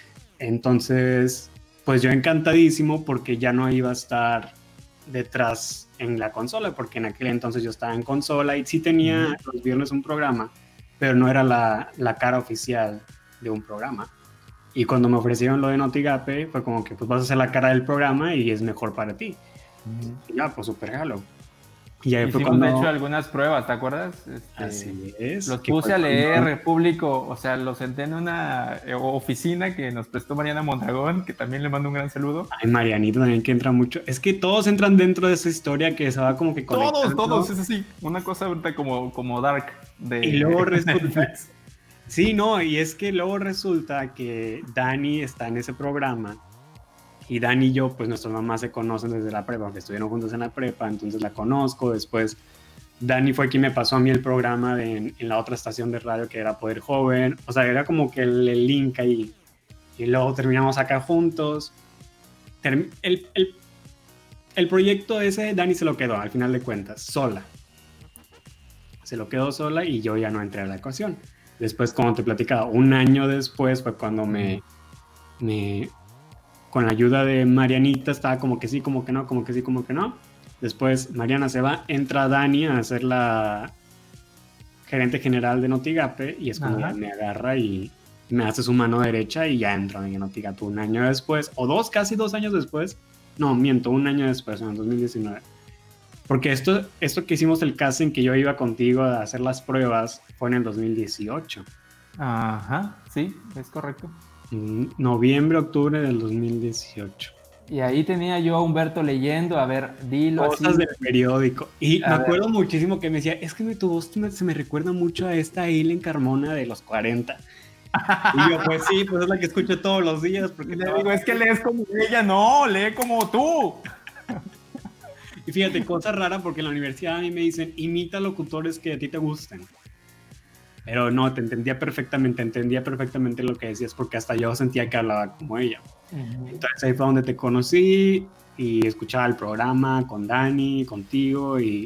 Entonces, pues yo encantadísimo porque ya no iba a estar detrás en la consola, porque en aquel entonces yo estaba en consola y sí tenía uh-huh. los viernes un programa, pero no era la, la cara oficial de un programa. Y cuando me ofrecieron lo de Notigape, fue como que pues vas a ser la cara del programa y es mejor para ti. Uh-huh. Y ya, pues súper jalo. Y ahí Hicimos, fue cuando... de hecho, algunas pruebas, ¿te acuerdas? Este, Así es. Los puse a leer, cuando... Público, o sea, los senté en una oficina que nos prestó Mariana Mondragón, que también le mando un gran saludo. Ay, Marianita también, que entra mucho. Es que todos entran dentro de esa historia que se va como que conectando. Todos, todos, es así. Una cosa ahorita como, como dark. De... Y luego resulta... Sí, no, y es que luego resulta que Dani está en ese programa y Dani y yo, pues nuestras mamás se conocen desde la prepa, porque estuvieron juntos en la prepa, entonces la conozco. Después Dani fue quien me pasó a mí el programa de, en, en la otra estación de radio que era Poder Joven, o sea, era como que el, el link ahí, y luego terminamos acá juntos. Term- el, el, el proyecto ese, Dani se lo quedó, al final de cuentas, sola. Se lo quedó sola y yo ya no entré a la ecuación. Después, como te platicaba, un año después fue cuando me, me, con la ayuda de Marianita, estaba como que sí, como que no, como que sí, como que no. Después Mariana se va, entra Dani a ser la gerente general de Notigape y es cuando ya me agarra y me hace su mano derecha y ya entro en Notigape un año después, o dos, casi dos años después. No, miento, un año después, en el dos mil diecinueve. Porque esto, esto que hicimos el casting, que yo iba contigo a hacer las pruebas, fue en el dos mil dieciocho. Ajá, sí, es correcto. Noviembre, octubre del dos mil dieciocho. Y ahí tenía yo a Humberto leyendo, a ver, dilo cosas así. del periódico. Y A me ver. acuerdo muchísimo que me decía, es que tu voz me- se me recuerda mucho a esta Eileen Carmona de los cuarenta. Y yo, pues sí, pues es la que escucho todos los días. Porque Le digo, es que lees como ella, no, lee como tú. Y fíjate, cosa rara, porque en la universidad a mí me dicen, imita locutores que a ti te gusten. Pero no, te entendía perfectamente, entendía perfectamente lo que decías, porque hasta yo sentía que hablaba como ella. Uh-huh. Entonces ahí fue donde te conocí y escuchaba el programa con Dani, contigo, y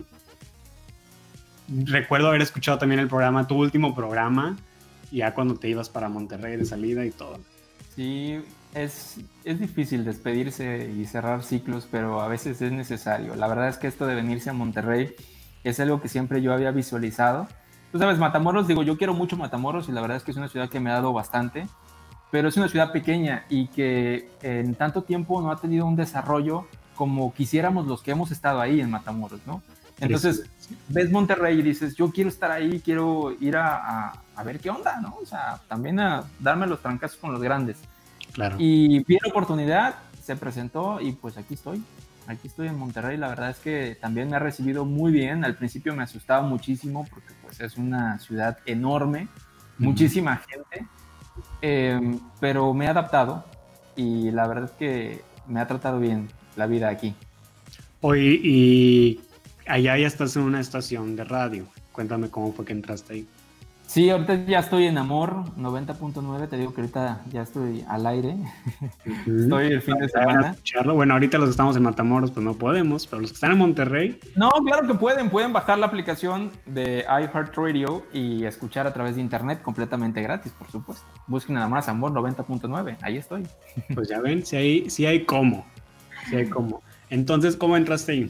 recuerdo haber escuchado también el programa, tu último programa, ya cuando te ibas para Monterrey de salida y todo. Sí, es, es difícil despedirse y cerrar ciclos, pero a veces es necesario. La verdad es que esto de venirse a Monterrey es algo que siempre yo había visualizado. Tú sabes, Matamoros, digo, yo quiero mucho Matamoros y la verdad es que es una ciudad que me ha dado bastante, pero es una ciudad pequeña y que en tanto tiempo no ha tenido un desarrollo como quisiéramos los que hemos estado ahí en Matamoros, ¿no? Entonces, ves Monterrey y dices, yo quiero estar ahí, quiero ir a, a, a ver qué onda, ¿no? O sea, también a darme los trancazos con los grandes. Claro. Y vi la oportunidad, se presentó y pues aquí estoy. Aquí estoy en Monterrey. La verdad es que también me ha recibido muy bien. Al principio me asustaba muchísimo porque pues es una ciudad enorme, uh-huh. muchísima gente, eh, pero me he adaptado y la verdad es que me ha tratado bien la vida aquí. Oye, y allá ya estás en una estación de radio. Cuéntame cómo fue que entraste ahí. Sí, ahorita ya estoy en Amor noventa punto nueve, te digo que ahorita ya estoy al aire, uh-huh. Estoy el fin de semana. Bueno, ahorita los estamos en Matamoros, pues no podemos, pero los que están en Monterrey... No, claro que pueden, pueden bajar la aplicación de iHeartRadio y escuchar a través de internet completamente gratis, por supuesto. Busquen nada más Amor noventa punto nueve, ahí estoy. Pues ya ven, si hay, si hay cómo, si hay cómo. Entonces, ¿cómo entraste ahí?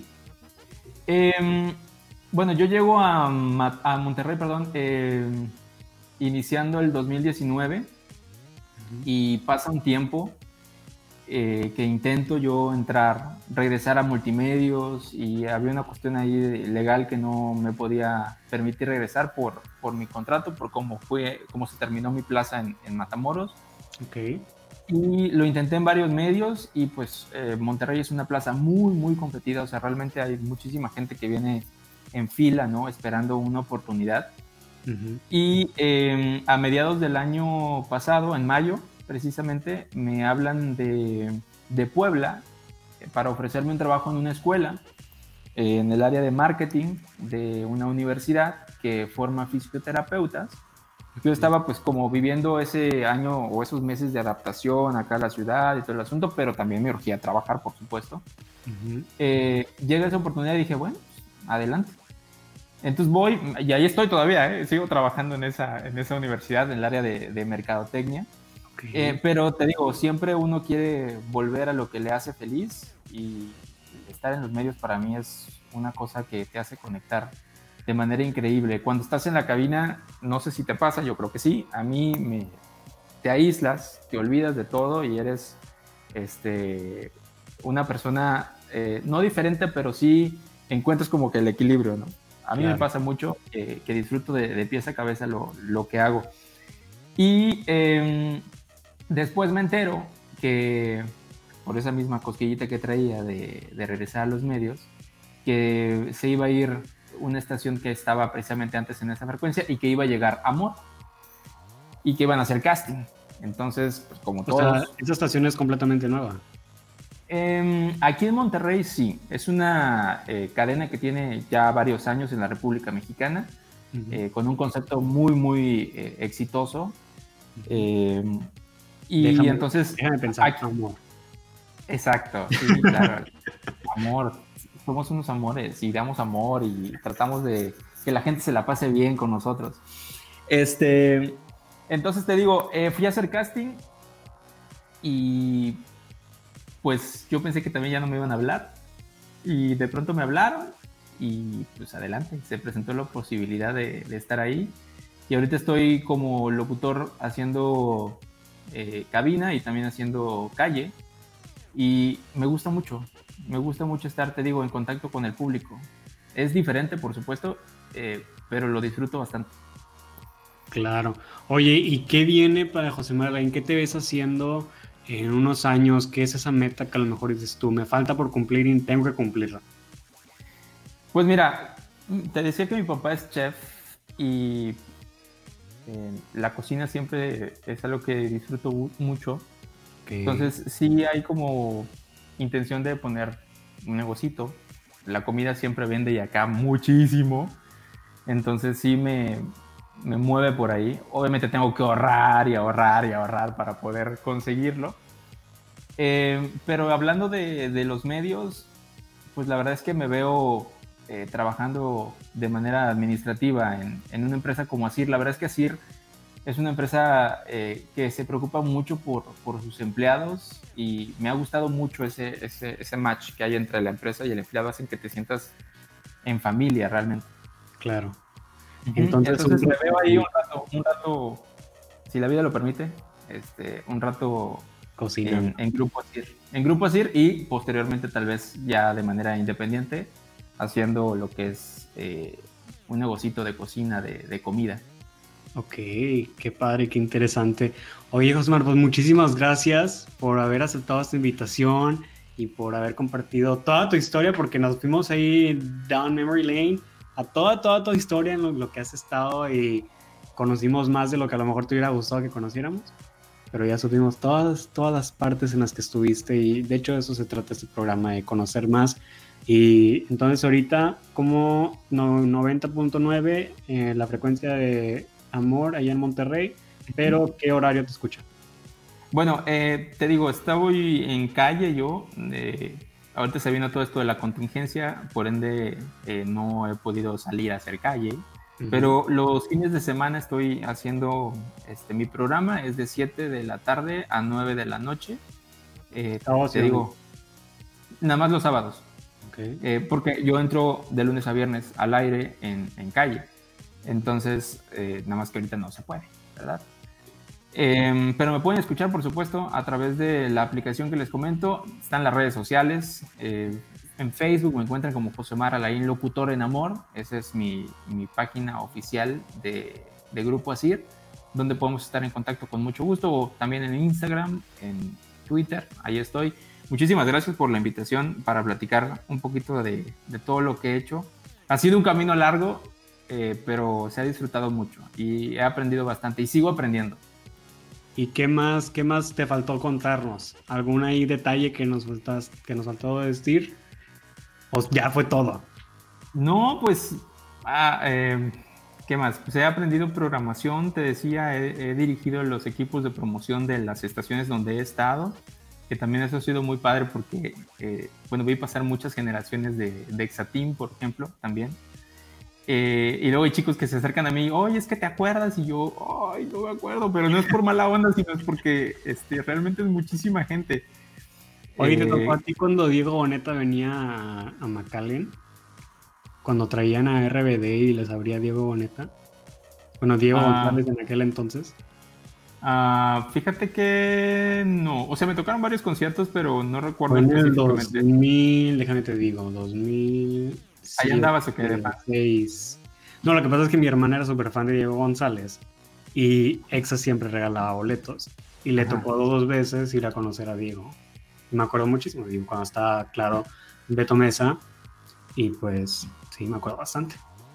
Eh... Bueno, yo llego a, a Monterrey, perdón, eh, iniciando el dos mil diecinueve uh-huh. y pasa un tiempo eh, que intento yo entrar, regresar a multimedios y había una cuestión ahí legal que no me podía permitir regresar por, por mi contrato, por cómo fue, cómo se terminó mi plaza en, en Matamoros. Okay. Y lo intenté en varios medios y pues eh, Monterrey es una plaza muy, muy competida, o sea, realmente hay muchísima gente que viene en fila, ¿no? Esperando una oportunidad. Uh-huh. Y eh, a mediados del año pasado, en mayo, precisamente, me hablan de, de Puebla eh, para ofrecerme un trabajo en una escuela, eh, en el área de marketing de una universidad que forma fisioterapeutas. Yo estaba pues como viviendo ese año o esos meses de adaptación acá a la ciudad y todo el asunto, pero también me urgía trabajar, por supuesto. Uh-huh. Eh, llega esa oportunidad y dije, bueno, adelante. Entonces voy, y ahí estoy todavía, ¿eh? Sigo trabajando en esa, en esa universidad, en el área de, de mercadotecnia. Okay. Eh, pero te digo, siempre uno quiere volver a lo que le hace feliz y estar en los medios para mí es una cosa que te hace conectar de manera increíble. Cuando estás en la cabina, no sé si te pasa, yo creo que sí, a mí me, te aíslas, te olvidas de todo y eres este, una persona eh, no diferente, pero sí encuentras como que el equilibrio, ¿no? A mí claro. me pasa mucho eh, que disfruto de, de pies a cabeza lo, lo que hago. Y eh, después me entero que, por esa misma cosquillita que traía de, de regresar a los medios, que se iba a ir una estación que estaba precisamente antes en esa frecuencia y que iba a llegar Amor y que iban a hacer casting. Entonces, pues como o todos... sea, esa estación es completamente nueva. Eh, aquí en Monterrey sí, es una eh, cadena que tiene ya varios años en la República Mexicana, uh-huh. eh, con un concepto muy, muy eh, exitoso. Uh-huh. eh, y déjame, entonces... Déjame pensar, aquí, amor. Exacto, sí, claro. Amor, somos unos amores y damos amor y tratamos de que la gente se la pase bien con nosotros. Este, entonces te digo, eh, fui a hacer casting y pues yo pensé que también ya no me iban a hablar y de pronto me hablaron y pues adelante, se presentó la posibilidad de, de estar ahí y ahorita estoy como locutor haciendo eh, cabina y también haciendo calle y me gusta mucho, me gusta mucho estar, te digo, en contacto con el público. Es diferente, por supuesto, eh, pero lo disfruto bastante. Claro. Oye, ¿y qué viene para Josemar Alain? ¿Qué te ves haciendo en unos años? ¿Qué es esa meta que a lo mejor dices tú, me falta por cumplir y tengo que cumplirla? Pues mira, te decía que mi papá es chef y eh, la cocina siempre es algo que disfruto mucho. Okay. Entonces sí hay como intención de poner un negocito. La comida siempre vende y acá muchísimo. Entonces sí me, me mueve por ahí. Obviamente tengo que ahorrar y ahorrar y ahorrar para poder conseguirlo. Eh, pero hablando de, de los medios, pues la verdad es que me veo eh, trabajando de manera administrativa en, en una empresa como Asir. La verdad es que Asir es una empresa eh, que se preocupa mucho por, por sus empleados y me ha gustado mucho ese, ese, ese match que hay entre la empresa y el empleado. Hacen que te sientas en familia realmente. Claro. Entonces, Entonces me veo ahí un rato, un rato, si la vida lo permite, este, un rato en, en Grupo Asir. En Grupo Asir y posteriormente tal vez ya de manera independiente haciendo lo que es eh, un negocito de cocina, de, de comida. Ok, qué padre, qué interesante. Oye, Josemar, pues muchísimas gracias por haber aceptado esta invitación y por haber compartido toda tu historia, porque nos fuimos ahí down memory lane a toda, toda tu historia en lo, lo que has estado y conocimos más de lo que a lo mejor te hubiera gustado que conociéramos, pero ya supimos todas, todas las partes en las que estuviste y de hecho de eso se trata este programa, de conocer más. Y entonces ahorita como noventa punto nueve eh, la frecuencia de Amor allá en Monterrey, pero ¿qué horario te escucha? Bueno, eh, te digo, estoy en calle yo, eh, ahorita se vino todo esto de la contingencia, por ende eh, no he podido salir a hacer calle, uh-huh. Pero los fines de semana estoy haciendo este, mi programa, es de siete de la tarde a nueve de la noche, eh, oh, te sí, digo, no. Nada más los sábados, okay. eh, porque yo entro de lunes a viernes al aire en, en calle. Entonces, eh, nada más que ahorita no se puede, ¿verdad? Eh, pero me pueden escuchar, por supuesto, a través de la aplicación que les comento. Están las redes sociales. Eh, en Facebook me encuentran como Josemar Alain Locutor en Amor. Esa es mi, mi página oficial de, de Grupo Asir, donde podemos estar en contacto con mucho gusto. O también en Instagram, en Twitter, ahí estoy. Muchísimas gracias por la invitación para platicar un poquito de, de todo lo que he hecho. Ha sido un camino largo, Eh, pero se ha disfrutado mucho y he aprendido bastante y sigo aprendiendo. ¿Y qué más, qué más te faltó contarnos? ¿Algún ahí detalle que nos, faltas, que nos faltó decir? ¿O ya fue todo? No, pues, ah, eh, ¿qué más? Pues he aprendido programación, te decía, he, he dirigido los equipos de promoción de las estaciones donde he estado, que también eso ha sido muy padre porque, eh, bueno, voy a pasar muchas generaciones de, de Exateam, por ejemplo, también. Eh, y luego hay chicos que se acercan a mí, oye, es que te acuerdas, y yo, ay, no me acuerdo, pero no es por mala onda, sino es porque este, realmente es muchísima gente. Oye, eh, ¿te tocó a ti cuando Diego Boneta venía a, a McAllen? Cuando traían a R B D y les abría Diego Boneta. Bueno, Diego ah, González en aquel entonces. Ah, fíjate que no, o sea, me tocaron varios conciertos, pero no recuerdo. Fue en el dos mil, déjame te digo, dos mil... Ahí andabas o qué. seis. No, lo que pasa es que mi hermana era súper fan de Diego González y Exa siempre regalaba boletos y le Ajá. tocó dos veces ir a conocer a Diego. Me acuerdo muchísimo, digo, cuando estaba, claro, Beto Mesa y pues sí, me acuerdo bastante.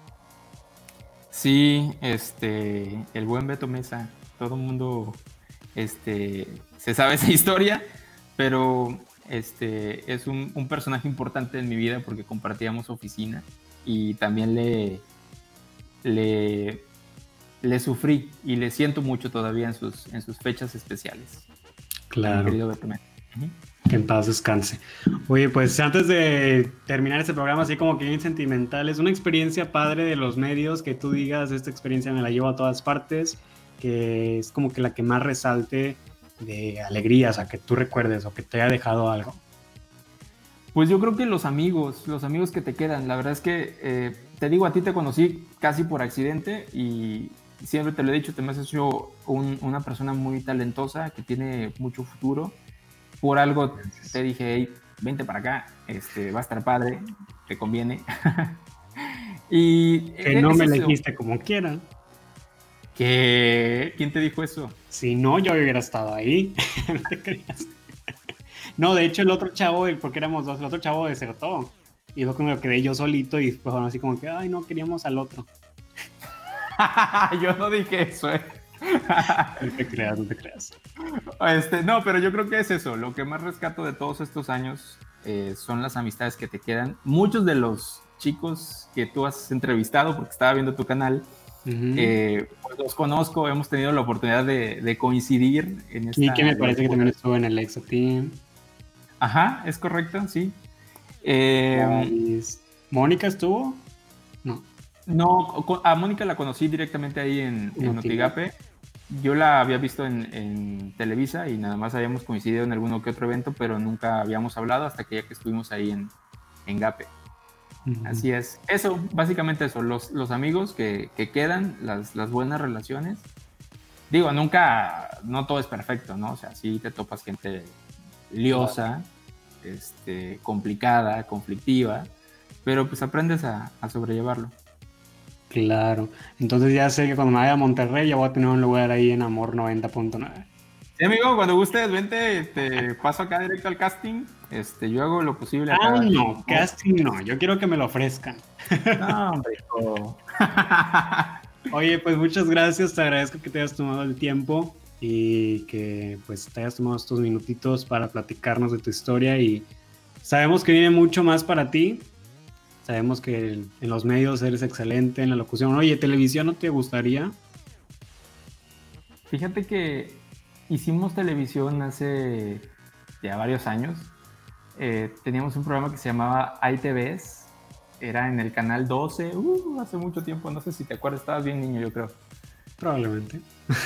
Sí, este, el buen Beto Mesa, todo el mundo este, se sabe esa historia, pero Este, es un, un personaje importante en mi vida porque compartíamos oficina y también le, le, le sufrí y le siento mucho todavía en sus, en sus fechas especiales. Claro. Querido Beto Mena. Uh-huh. Que en paz descanse. Oye, pues antes de terminar este programa, así como que bien sentimental, es una experiencia padre de los medios que tú digas, esta experiencia me la llevo a todas partes, que es como que la que más resalte de alegrías, a que tú recuerdes o que te haya dejado algo. Pues yo creo que los amigos, los amigos que te quedan, la verdad es que eh, te digo, a ti te conocí casi por accidente y siempre te lo he dicho, te me has hecho un, una persona muy talentosa que tiene mucho futuro. Por algo te dije, hey, vente para acá, este, va a estar padre, te conviene. Y que no me elegiste como quiera. ¿Qué? ¿Quién te dijo eso? Si no, yo hubiera estado ahí. No te creas. No, de hecho el otro chavo, porque éramos dos, el otro chavo desertó. Y fue como que quedé yo solito y pues bueno, así como que, ay, no, queríamos al otro. Yo no dije eso, eh. No te creas, no te creas. Este, no, pero yo creo que es eso. Lo que más rescato de todos estos años eh, son las amistades que te quedan. Muchos de los chicos que tú has entrevistado, porque estaba viendo tu canal, uh-huh. eh, pues los conozco, hemos tenido la oportunidad de, de coincidir en esta... Y que me parece que también estuvo en el Exo Team. Ajá, es correcto, sí. Eh, ¿Mónica estuvo? No. No, a Mónica la conocí directamente ahí en, en Notigape. Yo la había visto en, en Televisa y nada más habíamos coincidido en alguno que otro evento, pero nunca habíamos hablado hasta que ya que estuvimos ahí en, en Gape. Uh-huh. Así es. Eso, básicamente eso, los, los amigos que, que quedan, las, las buenas relaciones. Digo, nunca, no todo es perfecto, ¿no? O sea, sí te topas gente liosa, este, complicada, conflictiva, pero pues aprendes a, a sobrellevarlo. Claro, entonces ya sé que cuando me vaya a Monterrey ya voy a tener un lugar ahí en Amor noventa punto nueve. Sí, amigo, cuando gustes, vente, te paso acá directo al casting. Este, yo hago lo posible acá. Ah, no, casting no, yo quiero que me lo ofrezcan. No, hombre, hijo. Oye, pues muchas gracias, te agradezco que te hayas tomado el tiempo y que pues te hayas tomado estos minutitos para platicarnos de tu historia y sabemos que viene mucho más para ti. Sabemos que en los medios eres excelente en la locución. Oye, ¿televisión no te gustaría? Fíjate que hicimos televisión hace ya varios años. Eh, teníamos un programa que se llamaba I T V S. Era en el canal doce. Uh, hace mucho tiempo. No sé si te acuerdas. Estabas bien niño, yo creo. Probablemente.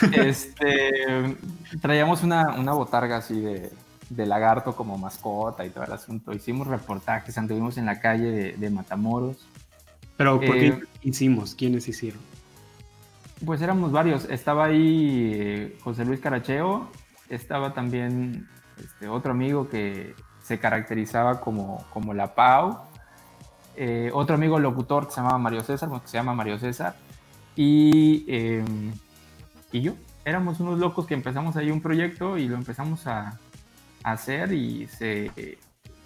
Este, traíamos una, una botarga así de... de lagarto como mascota y todo el asunto. Hicimos reportajes, anduvimos en la calle de, de Matamoros. ¿Pero por qué eh, hicimos? ¿Quiénes hicieron? Pues éramos varios. Estaba ahí eh, José Luis Caracheo, estaba también este, otro amigo que se caracterizaba como, como la Pau, eh, otro amigo locutor que se llamaba Mario César, que se llama Mario César, y, eh, y yo. Éramos unos locos que empezamos ahí un proyecto y lo empezamos a hacer y se,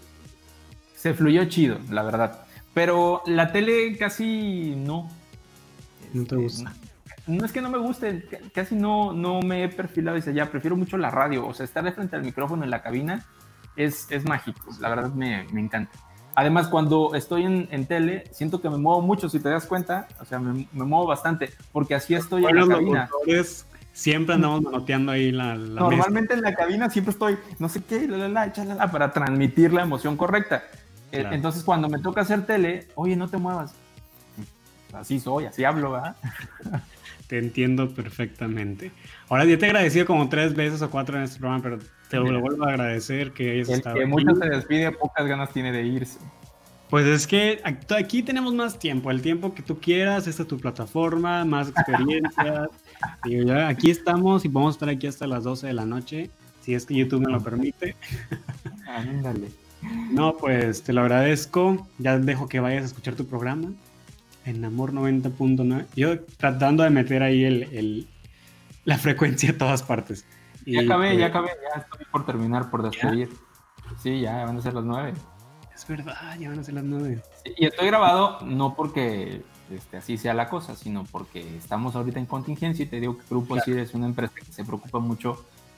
se fluyó chido, la verdad. Pero la tele casi no. ¿No te gusta? No, no es que no me guste, casi no, no me he perfilado hacia allá. Prefiero mucho la radio. O sea, estar de frente al micrófono en la cabina es, es mágico. La verdad me, me encanta. Además, cuando estoy en, en tele, siento que me muevo mucho, si te das cuenta. O sea, me, me muevo bastante, porque así estoy bueno, en la cabina. Siempre andamos manoteando ahí la, la Normalmente mesa. En la cabina siempre estoy, no sé qué, la, la, la, chalala, para transmitir la emoción correcta. Claro. Entonces, cuando me toca hacer tele, oye, no te muevas. Así soy, así hablo, ¿verdad? Te entiendo perfectamente. Ahora, yo te he agradecido como tres veces o cuatro en este programa, pero te lo vuelvo a agradecer que hayas El estado que aquí. Mucho se despide, pocas ganas tiene de irse. Pues es que aquí tenemos más tiempo, el tiempo que tú quieras, esta es tu plataforma, más experiencias. Digo, ya aquí estamos y podemos estar aquí hasta las doce de la noche, si es que YouTube me lo permite. Ándale. No, pues te lo agradezco. Ya dejo que vayas a escuchar tu programa en Amor noventa punto nueve. Yo tratando de meter ahí el, el, la frecuencia a todas partes. Y, ya acabé, pues, ya acabé, ya estoy por terminar, por despedir. ¿Ya? Sí, ya van a ser las nueve. Es verdad, ya van a ser las nueve. Sí, y estoy grabado no porque este, así sea la cosa, sino porque estamos ahorita en contingencia y te digo que Grupo claro. Asir es una empresa que se preocupa mucho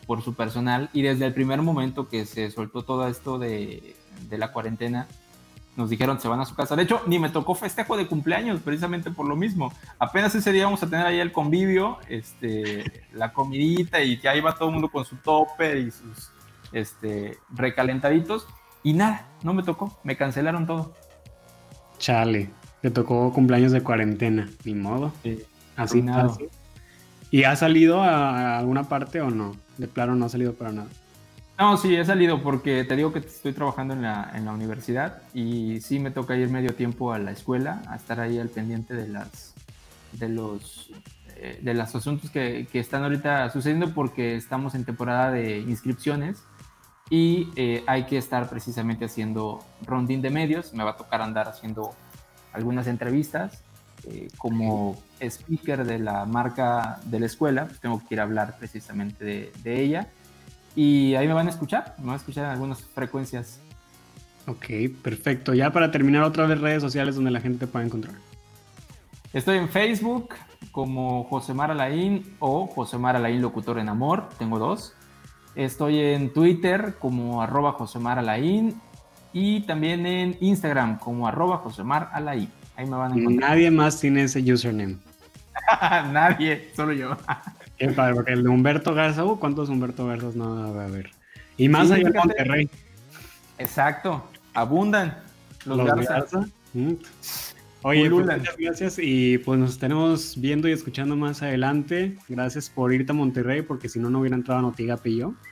por su personal, y desde el primer momento que se soltó todo esto de, de la cuarentena, nos dijeron se van a su casa. De hecho, ni me tocó festejo de cumpleaños, precisamente por lo mismo. Apenas ese día vamos a tener ahí el convivio, este, la comidita, y ya iba todo el mundo con su topper y sus este, recalentaditos, y nada, no me tocó, me cancelaron todo. Chale, te tocó cumpleaños de cuarentena, ni modo. Sí, así, así. ¿Y has salido a alguna parte o no? De plano no ha salido para nada. No, sí, he salido porque te digo que estoy trabajando en la, en la universidad, y sí me toca ir medio tiempo a la escuela, a estar ahí al pendiente de las de los eh, de los asuntos que, que están ahorita sucediendo, porque estamos en temporada de inscripciones y eh, hay que estar precisamente haciendo rondín de medios. Me va a tocar andar haciendo algunas entrevistas eh, como speaker de la marca de la escuela. Pues tengo que ir a hablar precisamente de, de ella. Y ahí me van a escuchar, me van a escuchar en algunas frecuencias. Ok, perfecto. Ya para terminar, otra vez redes sociales donde la gente te puede encontrar. Estoy en Facebook como Josemar Alain o Josemar Alain Locutor en Amor, tengo dos. Estoy en Twitter como arroba Josemar Alain, y también en Instagram como arroba Josemar Alain. Ahí me van a encontrar. Nadie más tiene ese username. Nadie, solo yo. Qué padre, porque el de Humberto Garza, uh, ¿cuántos Humberto Garzas no va a haber? Y más Sí, allá en fíjate. Monterrey. Exacto, abundan los, Los Garza. Garza. Mm. Oye, pues, Pululan. muchas gracias, y pues nos estaremos viendo y escuchando más adelante. Gracias por irte a Monterrey, porque si no, no hubiera entrado a Notigape y yo.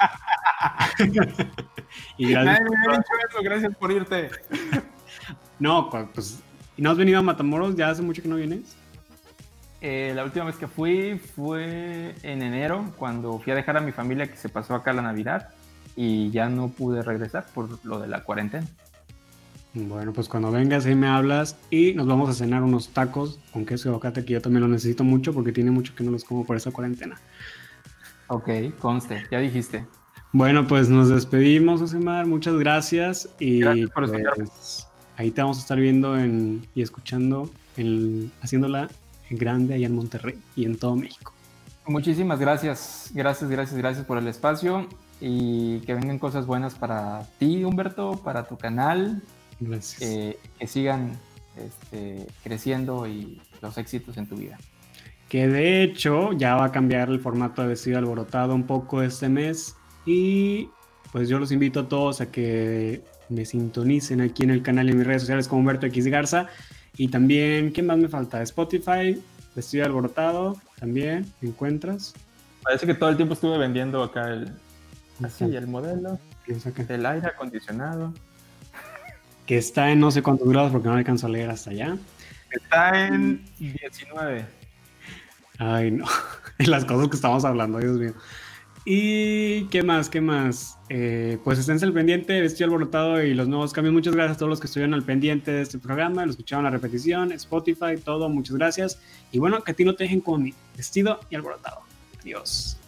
Y gracias. Nadie me había dicho eso, gracias por irte. No, pues, ¿y no has venido a Matamoros? ¿Ya hace mucho que no vienes? Eh, la última vez que fui fue en enero, cuando fui a dejar a mi familia que se pasó acá la Navidad, y ya no pude regresar por lo de la cuarentena. Bueno, pues cuando vengas ahí me hablas y nos vamos a cenar unos tacos con queso y aguacate, que yo también lo necesito mucho porque tiene mucho que no los como por esa cuarentena. Ok, conste, ya dijiste. Bueno, pues nos despedimos, Josemar, muchas gracias, y Gracias por pues, escucharme. ahí te vamos a estar viendo en, y escuchando, en, haciéndola en grande allá en Monterrey y en todo México. Muchísimas gracias, gracias, gracias, gracias por el espacio, y que vengan cosas buenas para ti, Humberto, para tu canal. Gracias. Eh, que sigan este, creciendo, y los éxitos en tu vida. Que de hecho ya va a cambiar el formato de Vestido Alborotado un poco este mes, y pues yo los invito a todos a que me sintonicen aquí en el canal y en mis redes sociales como Humberto X Garza, y también, ¿qué más me falta? Spotify, Vestido Alborotado, también me encuentras. Parece que todo el tiempo estuve vendiendo acá el, así, Ajá. el modelo Saca. del aire acondicionado. Que está en no sé cuántos grados porque no alcanzo a leer hasta allá. Está en diecinueve. Ay, no. Las cosas que estamos hablando, Dios mío. ¿Y qué más? ¿Qué más? Eh, pues esténse al pendiente, Vestido Alborotado y los nuevos cambios. Muchas gracias a todos los que estuvieron al pendiente de este programa, lo escucharon la repetición, Spotify, todo. Muchas gracias. Y bueno, que a ti no te dejen con mi Vestido y Alborotado. Adiós.